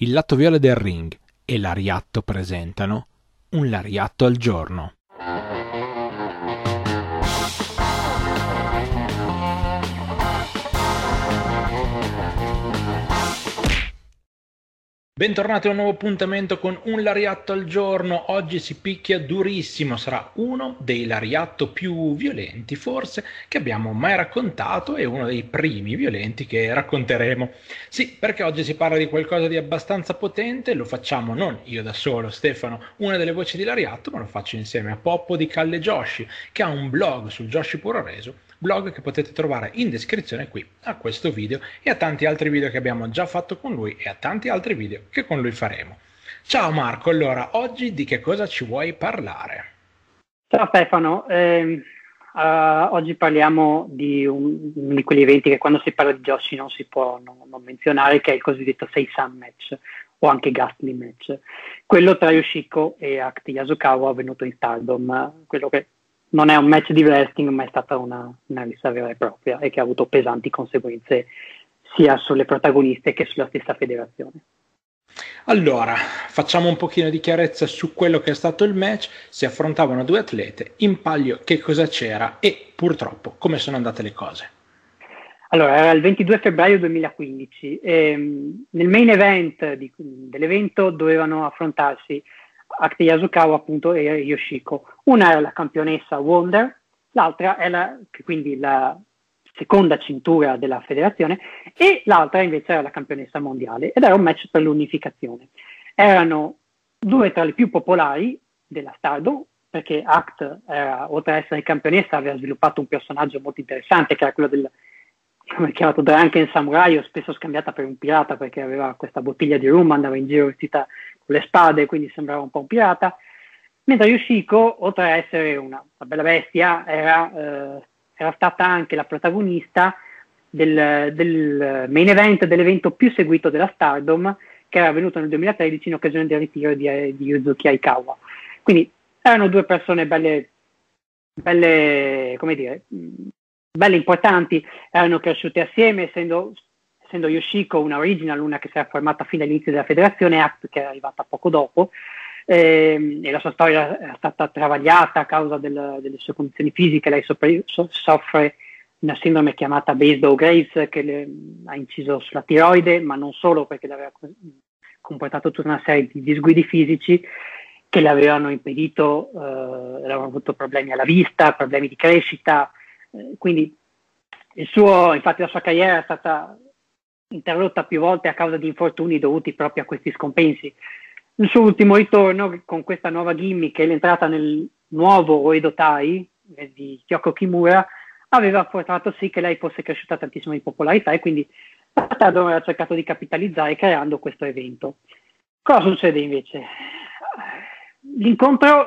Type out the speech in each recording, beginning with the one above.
Il lato viola del ring e l'Ariatto presentano Un Lariatto al giorno. Bentornati a un nuovo appuntamento con Un Lariatto al giorno. Oggi si picchia durissimo, sarà uno dei lariatto più violenti forse che abbiamo mai raccontato e uno dei primi violenti che racconteremo. Sì, perché oggi si parla di qualcosa di abbastanza potente, lo facciamo non io da solo, Stefano, una delle voci di Lariatto, ma lo faccio insieme a Poppo di Calle Joshi, che ha un blog sul Joshi Puro Reso, blog che potete trovare in descrizione qui a questo video e a tanti altri video che abbiamo già fatto con lui e a tanti altri video che con lui faremo. Ciao Marco, allora oggi di che cosa ci vuoi parlare? Ciao Stefano, oggi parliamo di uno di quegli eventi che quando si parla di Joshi non si può non menzionare, che è il cosiddetto Seisan match o anche Ghastly match, quello tra Yoshiko e Act Yasukawa avvenuto in Stardom, quello che non è un match di wrestling ma è stata una rissa vera e propria e che ha avuto pesanti conseguenze sia sulle protagoniste che sulla stessa federazione. Allora, facciamo un pochino di chiarezza su quello che è stato il match. Si affrontavano due atlete, in palio che cosa c'era e purtroppo come sono andate le cose. Allora, era il 22 febbraio 2015 e nel main event dell'evento dovevano affrontarsi Act Yasukawa appunto e Yoshiko. Una era la campionessa Wonder, l'altra era quindi la seconda cintura della federazione e l'altra invece era la campionessa mondiale ed era un match per l'unificazione. Erano due tra le più popolari della Stardom perché Act oltre ad essere campionessa aveva sviluppato un personaggio molto interessante che era quello del come è chiamato Drunken Samurai, o spesso scambiata per un pirata perché aveva questa bottiglia di rum, andava in giro vestita con le spade, quindi sembrava un po' un pirata, mentre Yoshiko, oltre a essere una bella bestia, era stata anche la protagonista del main event dell'evento più seguito della Stardom, che era avvenuto nel 2013 in occasione del ritiro di Yuzuki Aikawa. Quindi erano due persone belle, come dire, belle importanti, erano cresciute assieme, essendo Yoshiko una original, una che si era formata fino all'inizio della federazione, Act che è arrivata poco dopo, e la sua storia è stata travagliata a causa delle sue condizioni fisiche. Lei soffre una sindrome chiamata Basedow-Graves che ha inciso sulla tiroide, ma non solo, perché le aveva comportato tutta una serie di disguidi fisici che le avevano impedito, avevano avuto problemi alla vista, problemi di crescita, quindi infatti la sua carriera è stata interrotta più volte a causa di infortuni dovuti proprio a questi scompensi. Il suo ultimo ritorno con questa nuova gimmick e l'entrata nel nuovo Oedo Tai di Kyoko Kimura aveva portato sì che lei fosse cresciuta tantissimo di popolarità e quindi la Stardom aveva cercato di capitalizzare creando questo evento. Cosa succede invece? L'incontro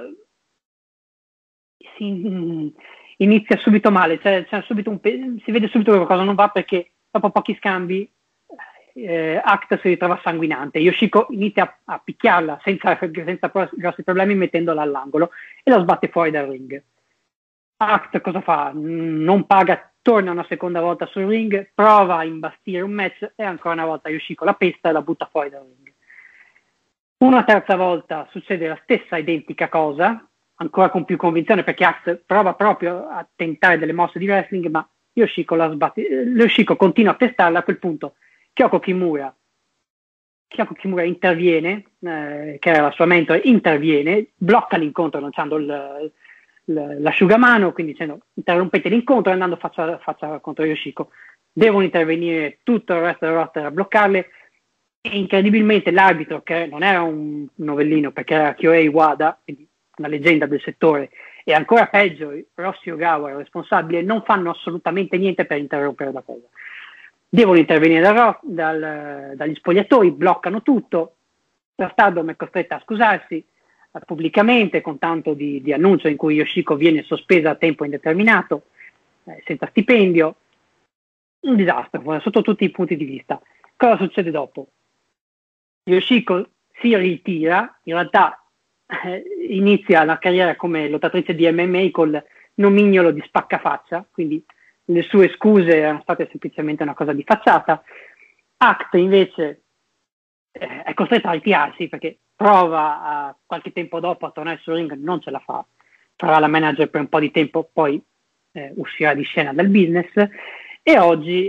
inizia subito male, c'è subito si vede subito che qualcosa non va perché dopo pochi scambi Act si ritrova sanguinante. Yoshiko inizia a picchiarla senza grossi problemi mettendola all'angolo e la sbatte fuori dal ring. Act cosa fa? Non paga, torna una seconda volta sul ring, prova a imbastire un match e ancora una volta Yoshiko la pesta e la butta fuori dal ring. Una terza volta succede la stessa identica cosa, ancora con più convinzione perché Act prova proprio a tentare delle mosse di wrestling, ma Yoshiko la sbatte. Yoshiko continua a testarla. A quel punto Kyoko Kimura interviene, che era la sua mentore, interviene, blocca l'incontro lanciando l'asciugamano, quindi dicendo interrompete l'incontro e andando faccia contro Yoshiko. Devono intervenire tutto il resto del roster a bloccarle e incredibilmente l'arbitro, che non era un novellino perché era Kyohei Wada, quindi una leggenda del settore, e ancora peggio Rossi Ogawa, il responsabile, non fanno assolutamente niente per interrompere la cosa. Devono intervenire dagli spogliatoi, bloccano tutto, la Stardom è costretta a scusarsi pubblicamente con tanto di annuncio in cui Yoshiko viene sospesa a tempo indeterminato, senza stipendio, un disastro sotto tutti i punti di vista. Cosa succede dopo? Yoshiko si ritira, in realtà inizia la carriera come lottatrice di MMA col nomignolo di spaccafaccia, quindi le sue scuse erano state semplicemente una cosa di facciata. Act invece è costretto a ritirarsi perché prova qualche tempo dopo a tornare sul ring, non ce la fa, farà la manager per un po' di tempo, poi uscirà di scena dal business e oggi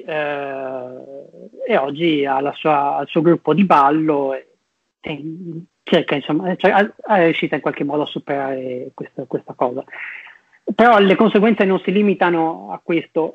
ha al suo gruppo di ballo e cerca, insomma, è riuscita in qualche modo a superare questa cosa. Però le conseguenze non si limitano a questo.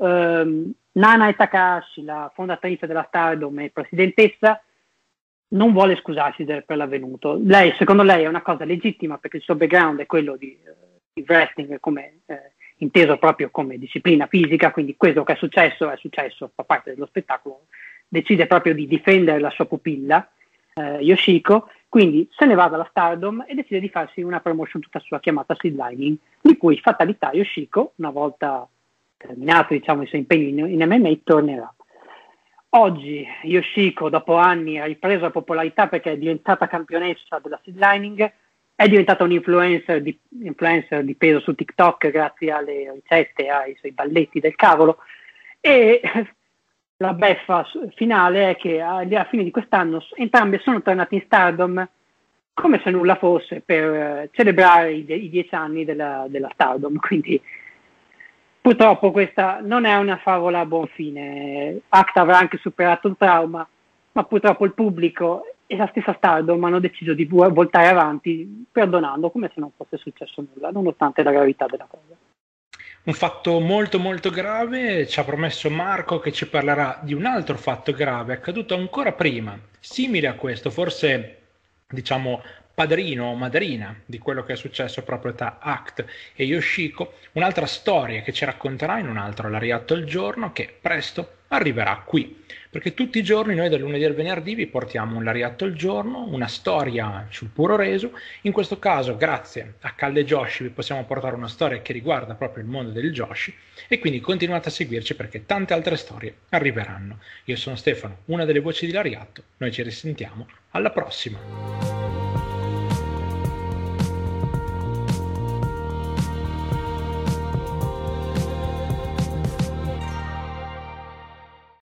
Nana Takahashi, la fondatrice della Stardom e presidentessa, non vuole scusarsi per l'avvenuto. Secondo lei è una cosa legittima perché il suo background è quello di wrestling, come inteso proprio come disciplina fisica, quindi quello che è successo, fa parte dello spettacolo. Decide proprio di difendere la sua pupilla, Yoshiko, quindi se ne va dalla Stardom e decide di farsi una promotion tutta sua chiamata Sidelining, di cui fatalità Yoshiko, una volta terminato i suoi impegni in MMA, tornerà. Oggi Yoshiko, dopo anni, ha ripreso la popolarità perché è diventata campionessa della Sidelining, è diventata un influencer di peso su TikTok grazie alle ricette e ai suoi balletti del cavolo, e la beffa finale è che alla fine di quest'anno entrambi sono tornati in Stardom come se nulla fosse per celebrare i 10 anni della Stardom, quindi purtroppo questa non è una favola a buon fine. Act avrà anche superato il trauma, ma purtroppo il pubblico e la stessa Stardom hanno deciso di voltare avanti perdonando come se non fosse successo nulla, nonostante la gravità della cosa. Un fatto molto molto grave, ci ha promesso Marco che ci parlerà di un altro fatto grave accaduto ancora prima, simile a questo, forse diciamo padrino o madrina di quello che è successo proprio tra Act e Yoshiko, un'altra storia che ci racconterà in un altro Lariatto al giorno che presto arriverà qui, perché tutti i giorni noi dal lunedì al venerdì vi portiamo un Lariatto al giorno, una storia sul puro reso. In questo caso grazie a Calde Joshi vi possiamo portare una storia che riguarda proprio il mondo del Joshi e quindi continuate a seguirci perché tante altre storie arriveranno. Io sono Stefano, una delle voci di Lariatto, noi ci risentiamo alla prossima.